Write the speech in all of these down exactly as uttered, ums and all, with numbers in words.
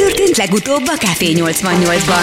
történt legutóbb a Café nyolcvannyolcban?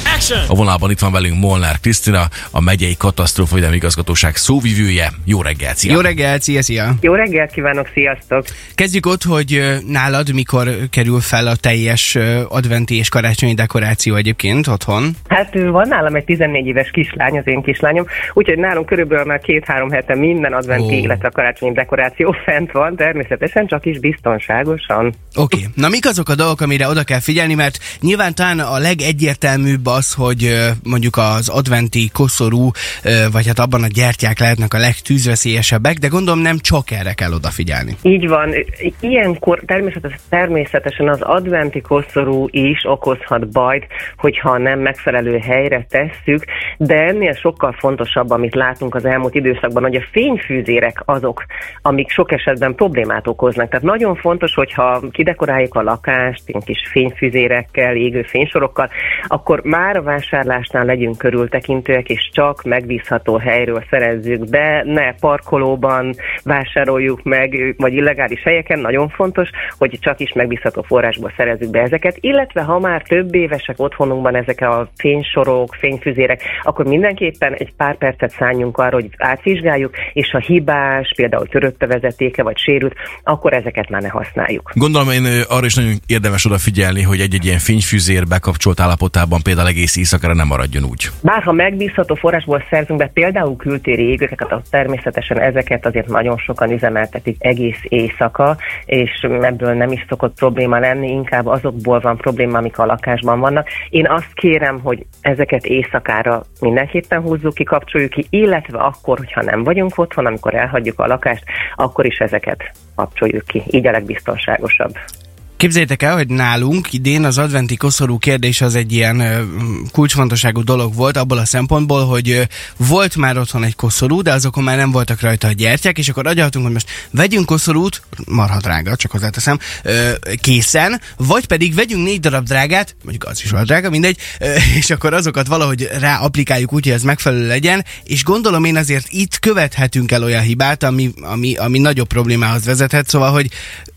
A vonalban itt van velünk Molnár Krisztina, a megyei katasztrófavédelmi igazgatóság szóvivője. Jó reggelt, szia! Jó reggelt, szia, szia! Jó reggelt kívánok, sziasztok! Kezdjük ott, hogy nálad mikor kerül fel a teljes adventi és karácsonyi dekoráció egyébként otthon? Hát van nálam egy tizennégy éves kislány, az én kislányom, úgyhogy nálunk körülbelül már két-három hete minden adventi, oh. illetve a karácsonyi dekoráció fent van, természetesen csak is biztonságosan. Oké, okay. Na mik azok a dolgok, amire oda kell figyelni, mert nyilván talán a legegyértelműbb az, hogy mondjuk az adventi koszorú, vagy hát abban a gyertyák lehetnek a legtűzveszélyesebbek, de gondolom nem csak erre kell odafigyelni. Így van. Ilyenkor természetesen, természetesen az adventi koszorú is okozhat bajt, hogyha nem megfelelő helyre tesszük, de ennél sokkal fontosabb, amit látunk az elmúlt időszakban, hogy a fényfűzérek azok, amik sok esetben problémát okoznak. Tehát nagyon fontos, hogyha kidekoráljuk a lakást, ilyen kis fényfűzérekkel, égő fénysorokkal, akkor már a vásárlásnál legyünk körültekintőek, és csak megbízható helyről szerezzük be, ne parkolóban vásároljuk meg, vagy illegális helyeken, nagyon fontos, hogy csak is megbízható forrásból szerezzük be ezeket, illetve ha már több évesek otthonunkban ezek a fénysorok, fényfűzérek, akkor mindenképpen egy pár percet szálljunk arra, hogy átvizsgáljuk, és ha hibás, például törött a vezetéke, vagy sérült, akkor ezeket már ne használjuk. Gondolom, én arra is nagyon érdemes odafigyelni, hogy egy-egy ilyen fényfűzér bekapcsolt állapotában például egész éjszakára nem maradjon úgy. Bár ha megbízható forrásból szerzünk be például kültéri égőket, természetesen ezeket azért nagyon sokan üzemeltetik egész éjszaka, és ebből nem is szokott probléma lenni, inkább azokból van probléma, amik a lakásban vannak. Én azt kérem, hogy ezeket éjszakára mindenképpen húzzuk ki, kapcsoljuk ki, illetve akkor, hogyha nem vagyunk otthon, amikor elhagyjuk a lakást, akkor is ezeket kapcsoljuk ki. Így a legbiztonságosabb. Képzeljétek el, hogy nálunk idén az adventi koszorú kérdés az egy ilyen ö, kulcsfontosságú dolog volt, abból a szempontból, hogy ö, volt már otthon egy koszorú, de azokon már nem voltak rajta a gyertyák, és akkor agyaltunk, hogy most vegyünk koszorút, marha drága, csak hozzáteszem, ö, készen, vagy pedig vegyünk négy darab drágát, mondjuk az is volt drága, mindegy, ö, és akkor azokat valahogy rá applikáljuk úgy, hogy ez megfelelő legyen, és gondolom én azért itt követhetünk el olyan hibát, ami, ami, ami nagyobb problémához vezethet, szóval, hogy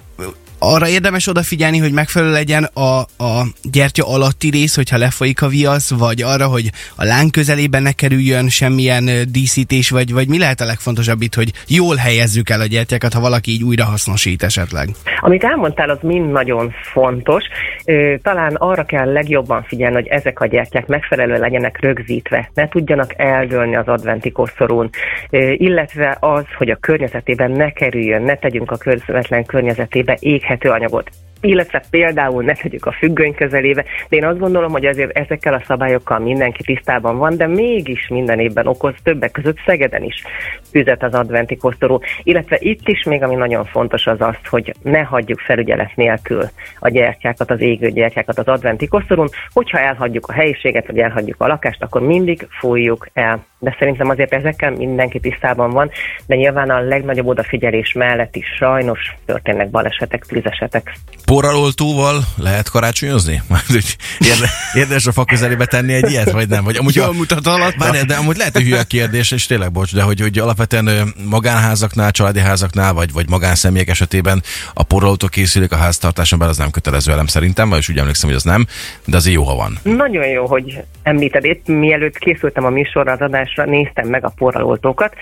arra érdemes odafigyelni, hogy megfelelő legyen a, a gyertya alatti rész, hogyha lefolyik a viasz, vagy arra, hogy a láng közelében ne kerüljön semmilyen díszítés, vagy, vagy mi lehet a legfontosabb itt, hogy jól helyezzük el a gyertyákat, ha valaki így újra hasznosít esetleg? Amit elmondtál, az mind nagyon fontos. Talán arra kell legjobban figyelni, hogy ezek a gyertyák megfelelően legyenek rögzítve, ne tudjanak eldőlni az adventi koszorún, illetve az, hogy a környezetében ne kerüljön, ne tegyünk a közvetlen környezetébe éghető anyagot, illetve például ne tegyük a függöny közelébe, de én azt gondolom, hogy azért ezekkel a szabályokkal mindenki tisztában van, de mégis minden évben okoz, többek között Szegeden is tüzet az adventi koszorú, illetve itt is még ami nagyon fontos az az, hogy ne hagyjuk felügyelet nélkül a gyertyákat, az égő gyertyákat az adventi koszorún, hogyha elhagyjuk a helyiséget, vagy elhagyjuk a lakást, akkor mindig fújjuk el. De szerintem azért ezekkel mindenki tisztában van, de nyilván a legnagyobb odafigyelés mellett is sajnos történnek balesetek, tűzesetek. Porraloltóval lehet karácsonyozni? Érde, érdemes a fa közelébe tenni egy ilyet, vagy nem? Vagy amúgy jól mutat alatt. Már, de amúgy lehet, hogy hülye a kérdés, és tényleg bocs, de hogy, hogy alapvetően magánházaknál, családi házaknál, vagy, vagy magánszemélyek esetében a porraloltó készülék a háztartáson belül az nem kötelező elem szerintem, vagy úgy emlékszem, hogy az nem, de azért jó, ha van. Nagyon jó, hogy említed. Épp mielőtt készültem a műsorra, az adásra, néztem meg a porraloltókat.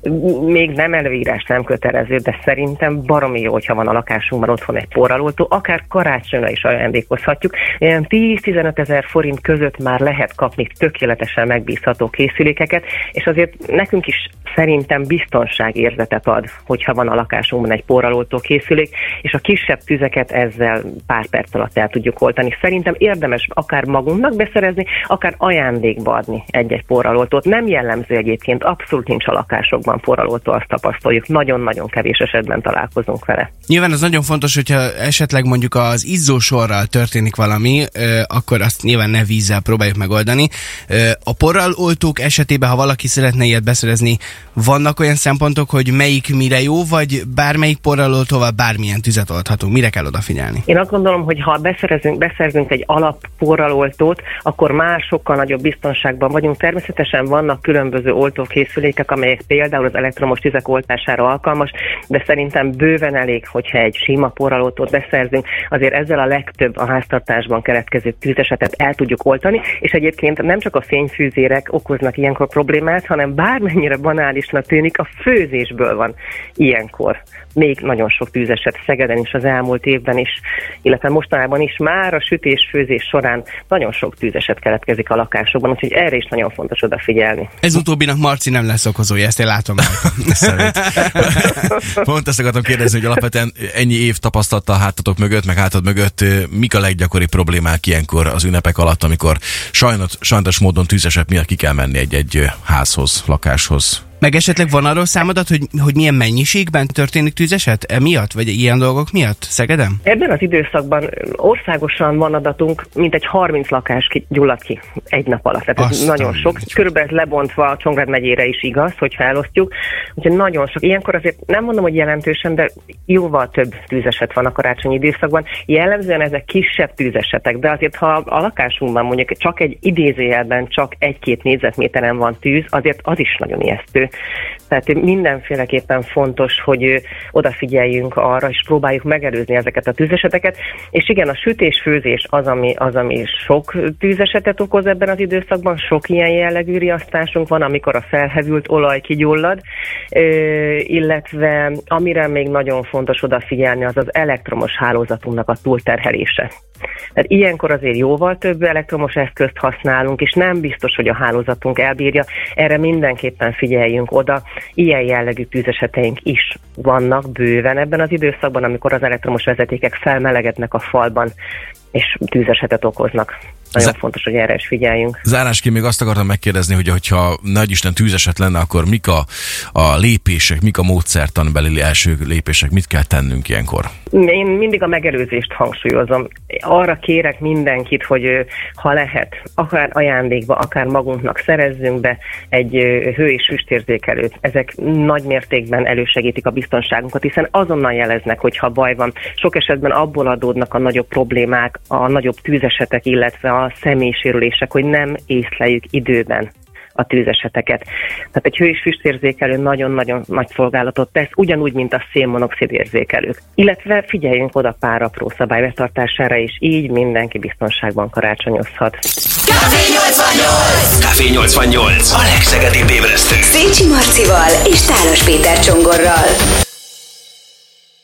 Még nem előírás, nem kötelező, de szerintem baromi jó, hogyha van a lakásunkban otthon egy porraloltó, akár karácsonyra is ajándékozhatjuk. Ilyen tíz-tizenöt ezer forint között már lehet kapni tökéletesen megbízható készülékeket, és azért nekünk is szerintem biztonságérzetet ad, hogyha van a lakásunkban egy porraloltó készülék, és a kisebb tüzeket ezzel pár perc alatt el tudjuk oltani. Szerintem érdemes akár magunknak beszerezni, akár ajándékba adni egy-egy porraloltót. Nem jellemző egyébként, abszolút nincs a lakásokban porraloltó, azt tapasztaljuk. Nagyon-nagyon kevés esetben találkozunk vele. Nyilván az nagyon fontos, hogyha esetleg mondjuk az izzósorral történik valami, akkor azt nyilván ne vízzel próbáljuk megoldani. A porraloltók esetében, ha valaki szeretne ilyet beszerezni, vannak olyan szempontok, hogy melyik mire jó, vagy bármelyik porraloltóval bármilyen tüzet oldhatunk? Mire kell odafigyelni? Én azt gondolom, hogy ha beszerzünk, beszerzünk egy alap porraloltót, akkor már sokkal nagyobb biztonságban vagyunk. Természetesen vannak különböző oltókészülékek, amelyek például az elektromos tüzek oltására alkalmas, de szerintem bőven elég, hogyha egy sima porraloltót beszerzünk, rendelkezünk, azért ezzel a legtöbb a háztartásban keletkező tűzesetet el tudjuk oltani, és egyébként nem csak a fényfűzérek okoznak ilyenkor problémát, hanem bármennyire banálisnak tűnik, a főzésből van ilyenkor még nagyon sok tűzeset Szegeden is az elmúlt évben is, illetve mostanában is már a sütés-főzés során nagyon sok tűzeset keletkezik a lakásokban, úgyhogy erre is nagyon fontos odafigyelni. Ez utóbbinak Marci nem lesz okozója, ezt én látom meg. Pont ezt akartam kérdezni, hogy alapvetően ennyi év tapasztalata a hátatok mögött, meg hátad mögött, mik a leggyakoribb problémák ilyenkor az ünnepek alatt, amikor sajnos, sajnos módon tűzesek miatt ki kell menni egy-egy házhoz, lakáshoz? Meg esetleg van arról számadat, hogy, hogy milyen mennyiségben történik tűzeset emiatt, vagy ilyen dolgok miatt Szegeden? Ebben az időszakban országosan van adatunk, mintegy harminc lakás gyullad ki egy nap alatt. Tehát ez nagyon sok. Körülbelül lebontva a Csongrád megyére is igaz, hogy felosztjuk. Úgyhogy nagyon sok. Ilyenkor azért nem mondom, hogy jelentősen, de jóval több tűzeset van a karácsonyi időszakban. Jellemzően ezek kisebb tűzesetek, de azért ha a lakásunkban mondjuk csak egy idézőjelben csak egy-két négyzetméteren van tűz, azért az is nagyon ijesztő. Tehát mindenféleképpen fontos, hogy odafigyeljünk arra, és próbáljuk megelőzni ezeket a tűzeseteket. És igen, a sütés-főzés az, ami, az, ami sok tűzesetet okoz ebben az időszakban, sok ilyen jellegű riasztásunk van, amikor a felhevült olaj kigyullad, illetve amire még nagyon fontos odafigyelni, az az elektromos hálózatunknak a túlterhelése. Tehát ilyenkor azért jóval több elektromos eszközt használunk, és nem biztos, hogy a hálózatunk elbírja. Erre mindenképpen figyeljünk oda. Ilyen jellegű tűzeseteink is vannak bőven ebben az időszakban, amikor az elektromos vezetékek felmelegednek a falban, és tűzesetet okoznak. Nagyon Z- fontos, hogy erre is figyeljünk. Zárásként még azt akartam megkérdezni, hogy hogyha nagyisten tűzeset lenne, akkor mik a, a lépések, mik a módszertanbeli első lépések, mit kell tennünk ilyenkor? Én mindig a megelőzést hangsúlyozom. Arra kérek mindenkit, hogy ha lehet, akár ajándékba, akár magunknak szerezzünk be egy hő- és füstérzékelőt. Ezek nagy mértékben elősegítik a biztonságunkat, hiszen azonnal jeleznek, hogyha baj van. Sok esetben abból adódnak a nagyobb problémák, a nagyobb tűzesetek, illetve a személysérülések, hogy nem észleljük időben a tűzeseteket. Tehát egy hő- és füstérzékelő nagyon-nagyon nagy szolgálatot tesz, ugyanúgy, mint a szénmonoxid érzékelők. Illetve figyeljünk oda pár apró szabály betartására, és így mindenki biztonságban karácsonyozhat. Café nyolcvannyolc! Café nyolcvannyolc! A legszegedibb ébresztő! Szécsi Marcival és Tálos Péter Csongorral.